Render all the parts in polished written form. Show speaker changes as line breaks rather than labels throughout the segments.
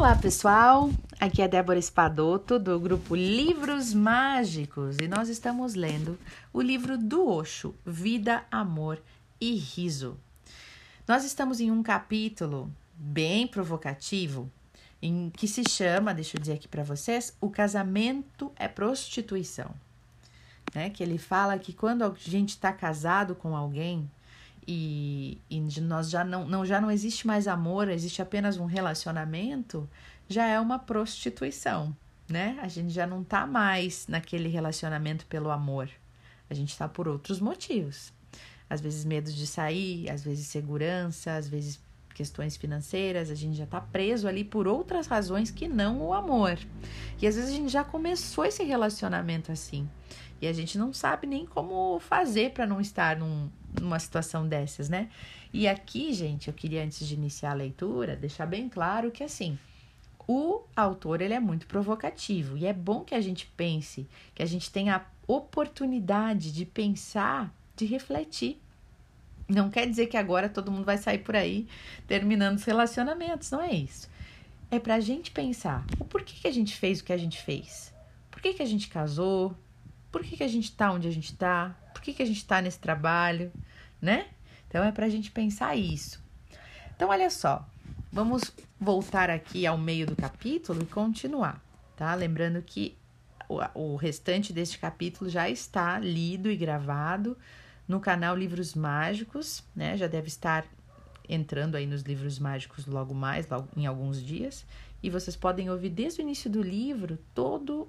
Olá pessoal, aqui é Débora Espadoto do grupo Livros Mágicos e nós estamos lendo o livro do Osho, Vida, Amor e Riso. Nós estamos em um capítulo bem provocativo em que se chama, deixa eu dizer aqui para vocês, o casamento é prostituição. Que ele fala que quando a gente está casado com alguém e nós já não existe mais amor, existe apenas um relacionamento, já é uma prostituição, né? A gente já não tá mais naquele relacionamento pelo amor, a gente tá por outros motivos. Às vezes medo de sair, às vezes segurança, às vezes questões financeiras, a gente já tá preso ali por outras razões que não o amor. E às vezes a gente já começou esse relacionamento assim, e a gente não sabe nem como fazer para não estar numa situação dessas, né? E aqui, gente, eu queria, antes de iniciar a leitura, deixar bem claro que, assim, o autor, ele é muito provocativo. E é bom que a gente pense, que a gente tenha a oportunidade de pensar, de refletir. Não quer dizer que agora todo mundo vai sair por aí terminando os relacionamentos, não é isso. É pra gente pensar, o porquê que a gente fez o que a gente fez? Por que a gente casou? Por que a gente tá onde a gente tá? Por que a gente tá nesse trabalho, né? Então, é pra gente pensar isso. Então, olha só, vamos voltar aqui ao meio do capítulo e continuar, tá? Lembrando que o restante deste capítulo já está lido e gravado no canal Livros Mágicos, né? Já deve estar entrando aí nos Livros Mágicos logo em alguns dias. E vocês podem ouvir desde o início do livro todos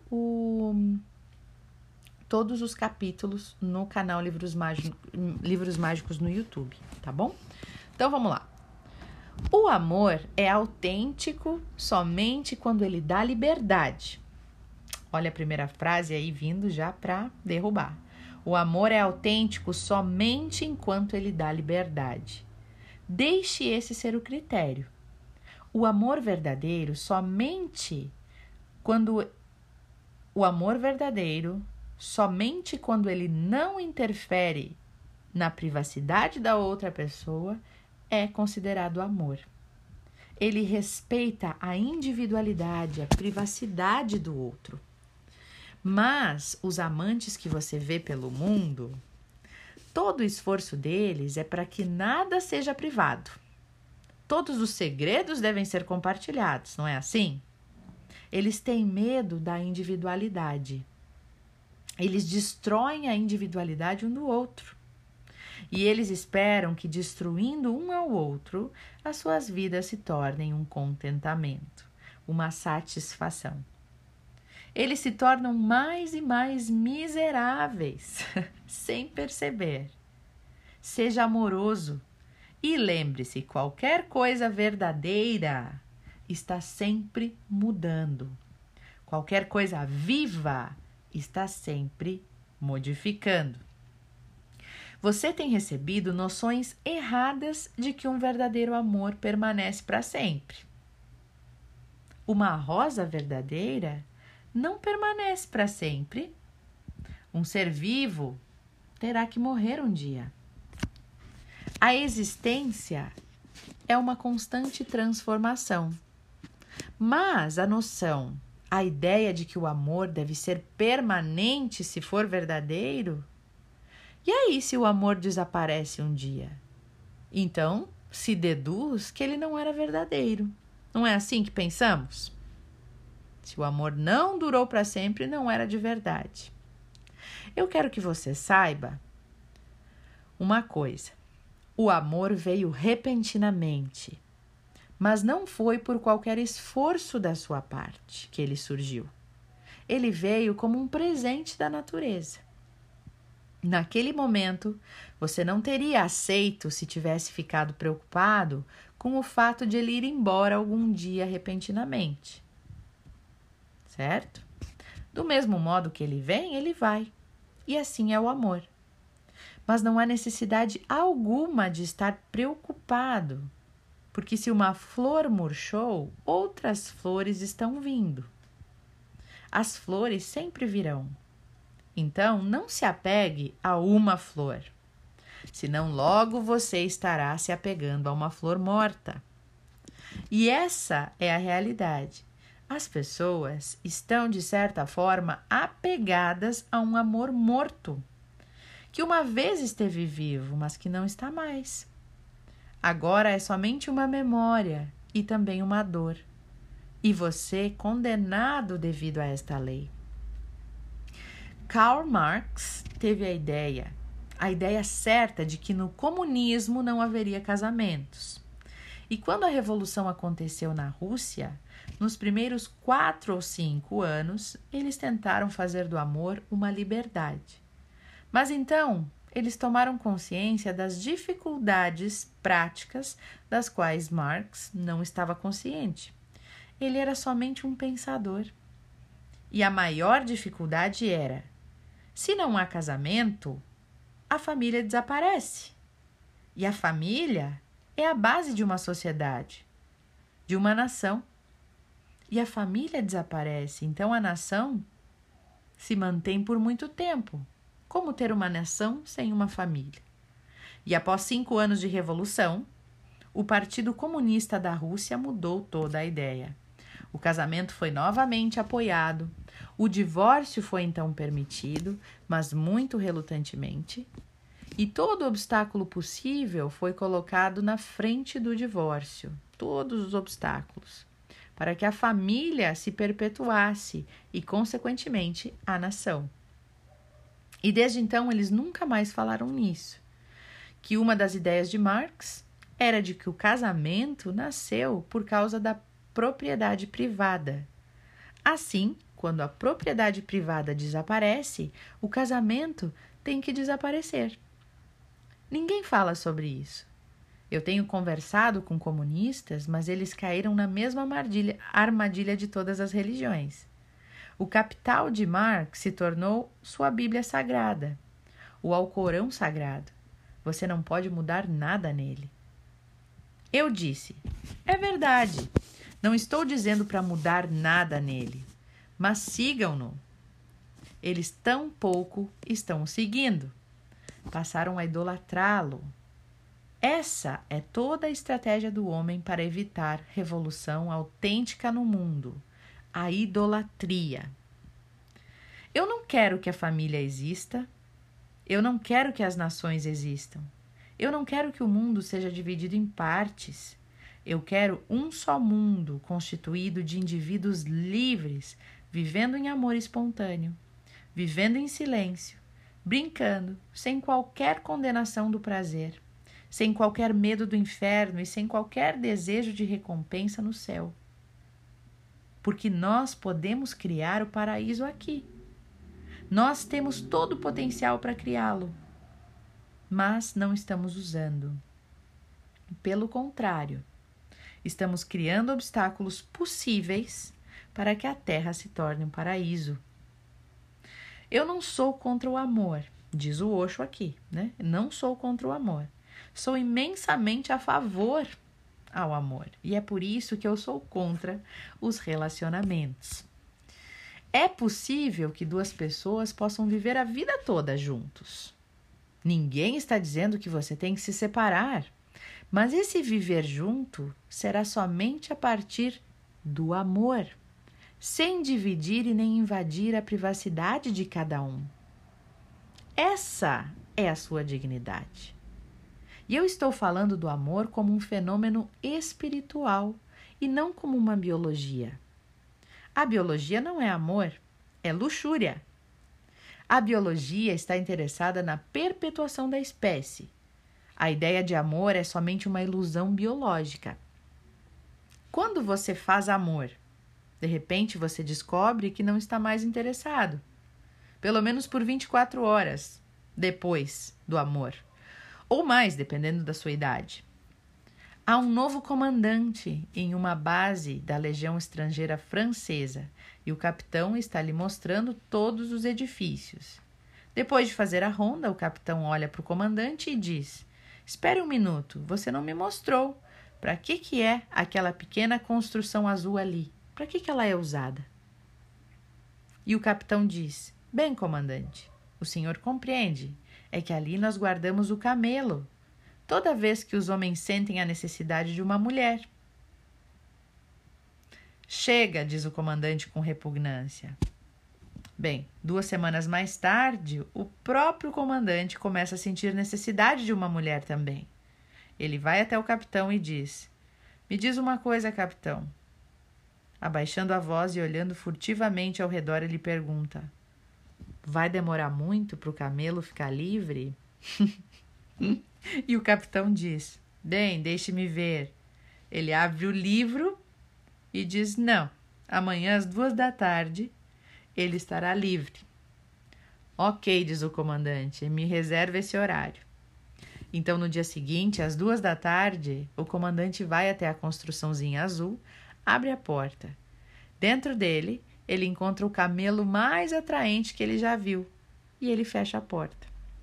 os capítulos no canal Livros Mágicos no YouTube, tá bom? Então, vamos lá. O amor é autêntico somente quando ele dá liberdade. Olha a primeira frase aí vindo já para derrubar. O amor é autêntico somente enquanto ele dá liberdade. Deixe esse ser o critério. O amor verdadeiro somente quando ele não interfere na privacidade da outra pessoa é considerado amor. Ele respeita a individualidade, a privacidade do outro. Mas os amantes que você vê pelo mundo, todo o esforço deles é para que nada seja privado. Todos os segredos devem ser compartilhados, não é assim? Eles têm medo da individualidade. Eles destroem a individualidade um do outro. E eles esperam que, destruindo um ao outro, as suas vidas se tornem um contentamento, uma satisfação. Eles se tornam mais e mais miseráveis, sem perceber. Seja amoroso e lembre-se, qualquer coisa verdadeira está sempre mudando. Qualquer coisa viva está sempre modificando. Você tem recebido noções erradas de que um verdadeiro amor permanece para sempre. Uma rosa verdadeira não permanece para sempre. Um ser vivo terá que morrer um dia. A existência é uma constante transformação. Mas a ideia de que o amor deve ser permanente se for verdadeiro, e aí se o amor desaparece um dia? Então, se deduz que ele não era verdadeiro. Não é assim que pensamos? Se o amor não durou para sempre, não era de verdade. Eu quero que você saiba uma coisa. O amor veio repentinamente, mas não foi por qualquer esforço da sua parte que ele surgiu. Ele veio como um presente da natureza. Naquele momento, você não teria aceito se tivesse ficado preocupado com o fato de ele ir embora algum dia repentinamente. Certo? Do mesmo modo que ele vem, ele vai. E assim é o amor. Mas não há necessidade alguma de estar preocupado, porque se uma flor murchou, outras flores estão vindo. As flores sempre virão. Então, não se apegue a uma flor, senão logo você estará se apegando a uma flor morta. E essa é a realidade. As pessoas estão, de certa forma, apegadas a um amor morto, que uma vez esteve vivo, mas que não está mais. Agora é somente uma memória e também uma dor. E você condenado devido a esta lei. Karl Marx teve a ideia certa de que no comunismo não haveria casamentos. E quando a revolução aconteceu na Rússia, nos primeiros 4 ou 5 anos, eles tentaram fazer do amor uma liberdade. Mas então, eles tomaram consciência das dificuldades práticas das quais Marx não estava consciente. Ele era somente um pensador. E a maior dificuldade era: se não há casamento, a família desaparece. E a família é a base de uma sociedade, de uma nação. E a família desaparece, então a nação se mantém por muito tempo. Como ter uma nação sem uma família? E após 5 anos de revolução, o Partido Comunista da Rússia mudou toda a ideia. O casamento foi novamente apoiado, o divórcio foi então permitido, mas muito relutantemente, e todo obstáculo possível foi colocado na frente do divórcio, todos os obstáculos, para que a família se perpetuasse e, consequentemente, a nação. E desde então eles nunca mais falaram nisso, que uma das ideias de Marx era de que o casamento nasceu por causa da propriedade privada. Assim, quando a propriedade privada desaparece, o casamento tem que desaparecer. Ninguém fala sobre isso. Eu tenho conversado com comunistas, mas eles caíram na mesma armadilha de todas as religiões. O Capital de Marx se tornou sua Bíblia sagrada, o Alcorão sagrado. Você não pode mudar nada nele. Eu disse: é verdade, não estou dizendo para mudar nada nele, mas sigam-no. Eles tampouco estão o seguindo. Passaram a idolatrá-lo. Essa é toda a estratégia do homem para evitar revolução autêntica no mundo, a idolatria. Eu não quero que a família exista, eu não quero que as nações existam, eu não quero que o mundo seja dividido em partes. Eu quero um só mundo constituído de indivíduos livres, vivendo em amor espontâneo, vivendo em silêncio, brincando, sem qualquer condenação do prazer, sem qualquer medo do inferno e sem qualquer desejo de recompensa no céu. Porque nós podemos criar o paraíso aqui. Nós temos todo o potencial para criá-lo, mas não estamos usando. Pelo contrário, estamos criando obstáculos possíveis para que a Terra se torne um paraíso. Eu não sou contra o amor, diz o Osho aqui, né? Não sou contra o amor. Sou imensamente a favor ao amor. E é por isso que eu sou contra os relacionamentos. É possível que 2 pessoas possam viver a vida toda juntos. Ninguém está dizendo que você tem que se separar. Mas esse viver junto será somente a partir do amor, sem dividir e nem invadir a privacidade de cada um. Essa é a sua dignidade. E eu estou falando do amor como um fenômeno espiritual e não como uma biologia. A biologia não é amor, é luxúria. A biologia está interessada na perpetuação da espécie. A ideia de amor é somente uma ilusão biológica. Quando você faz amor, de repente você descobre que não está mais interessado, pelo menos por 24 horas depois do amor, ou mais, dependendo da sua idade. Há um novo comandante em uma base da Legião Estrangeira Francesa e o capitão está lhe mostrando todos os edifícios. Depois de fazer a ronda, o capitão olha para o comandante e diz: espere um minuto, você não me mostrou. Para que é aquela pequena construção azul ali? Para que ela é usada? E o capitão diz: bem, comandante, o senhor compreende, é que ali nós guardamos o camelo, toda vez que os homens sentem a necessidade de uma mulher. Chega, diz o comandante com repugnância. Bem, 2 semanas mais tarde, o próprio comandante começa a sentir necessidade de uma mulher também. Ele vai até o capitão e diz: me diz uma coisa, capitão. Abaixando a voz e olhando furtivamente ao redor, ele pergunta: vai demorar muito para o camelo ficar livre? E o capitão diz: bem, deixe-me ver. Ele abre o livro e diz: não, amanhã às 2 da tarde ele estará livre. Ok, diz o comandante, me reserva esse horário. Então, no dia seguinte, às 2 da tarde, o comandante vai até a construçãozinha azul, abre a porta. Dentro dele, ele encontra o camelo mais atraente que ele já viu e ele fecha a porta.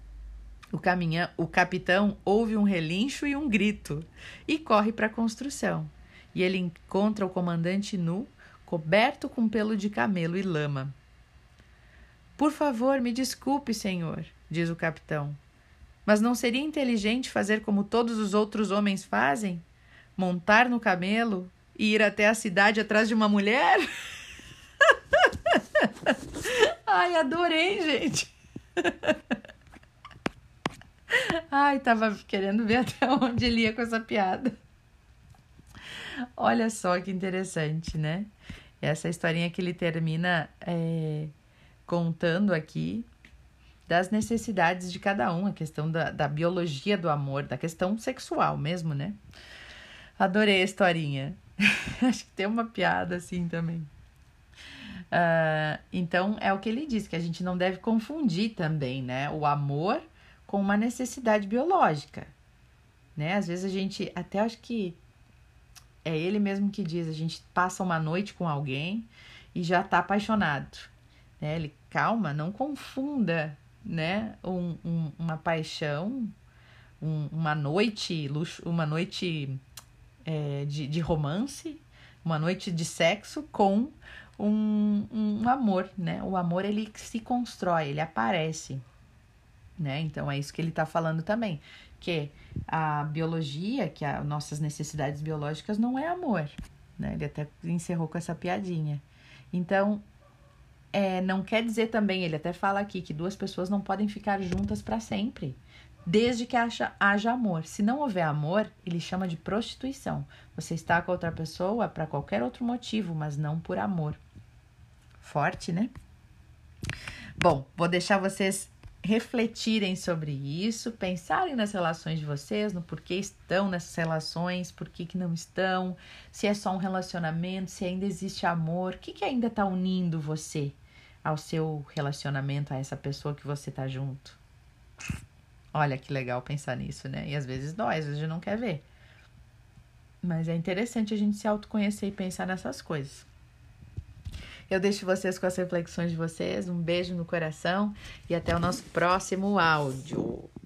O capitão ouve um relincho e um grito e corre para a construção. E ele encontra o comandante nu, coberto com pelo de camelo e lama. Por favor, me desculpe, senhor, diz o capitão. Mas não seria inteligente fazer como todos os outros homens fazem? Montar no camelo e ir até a cidade atrás de uma mulher? Ai, adorei, gente. Ai, tava querendo ver até onde ele ia com essa piada. Olha só que interessante, né? Essa historinha que ele termina contando aqui das necessidades de cada um, a questão da biologia do amor, da questão sexual mesmo, né? Adorei a historinha. Acho que tem uma piada assim também. Então, é o que ele diz, que a gente não deve confundir também, né? O amor com uma necessidade biológica, né? Às vezes a gente, até acho que é ele mesmo que diz, a gente passa uma noite com alguém e já tá apaixonado, né? Ele, calma, não confunda, né? Uma paixão, uma noite de romance, uma noite de sexo com um amor, né? O amor, ele se constrói, ele aparece, né? Então, é isso que ele tá falando também, que a biologia, que as nossas necessidades biológicas não é amor, né? Ele até encerrou com essa piadinha. Então, não quer dizer também, ele até fala aqui, que 2 pessoas não podem ficar juntas para sempre, desde que haja amor. Se não houver amor, ele chama de prostituição. Você está com outra pessoa para qualquer outro motivo, mas não por amor. Forte, né? Bom, vou deixar vocês refletirem sobre isso, pensarem nas relações de vocês, no porquê estão nessas relações, por que não estão, se é só um relacionamento, se ainda existe amor, o que ainda está unindo você ao seu relacionamento, a essa pessoa que você tá junto. Olha que legal pensar nisso, né? E às vezes dói, às vezes a gente não quer ver. Mas é interessante a gente se autoconhecer e pensar nessas coisas. Eu deixo vocês com as reflexões de vocês. Um beijo no coração e até o nosso próximo áudio.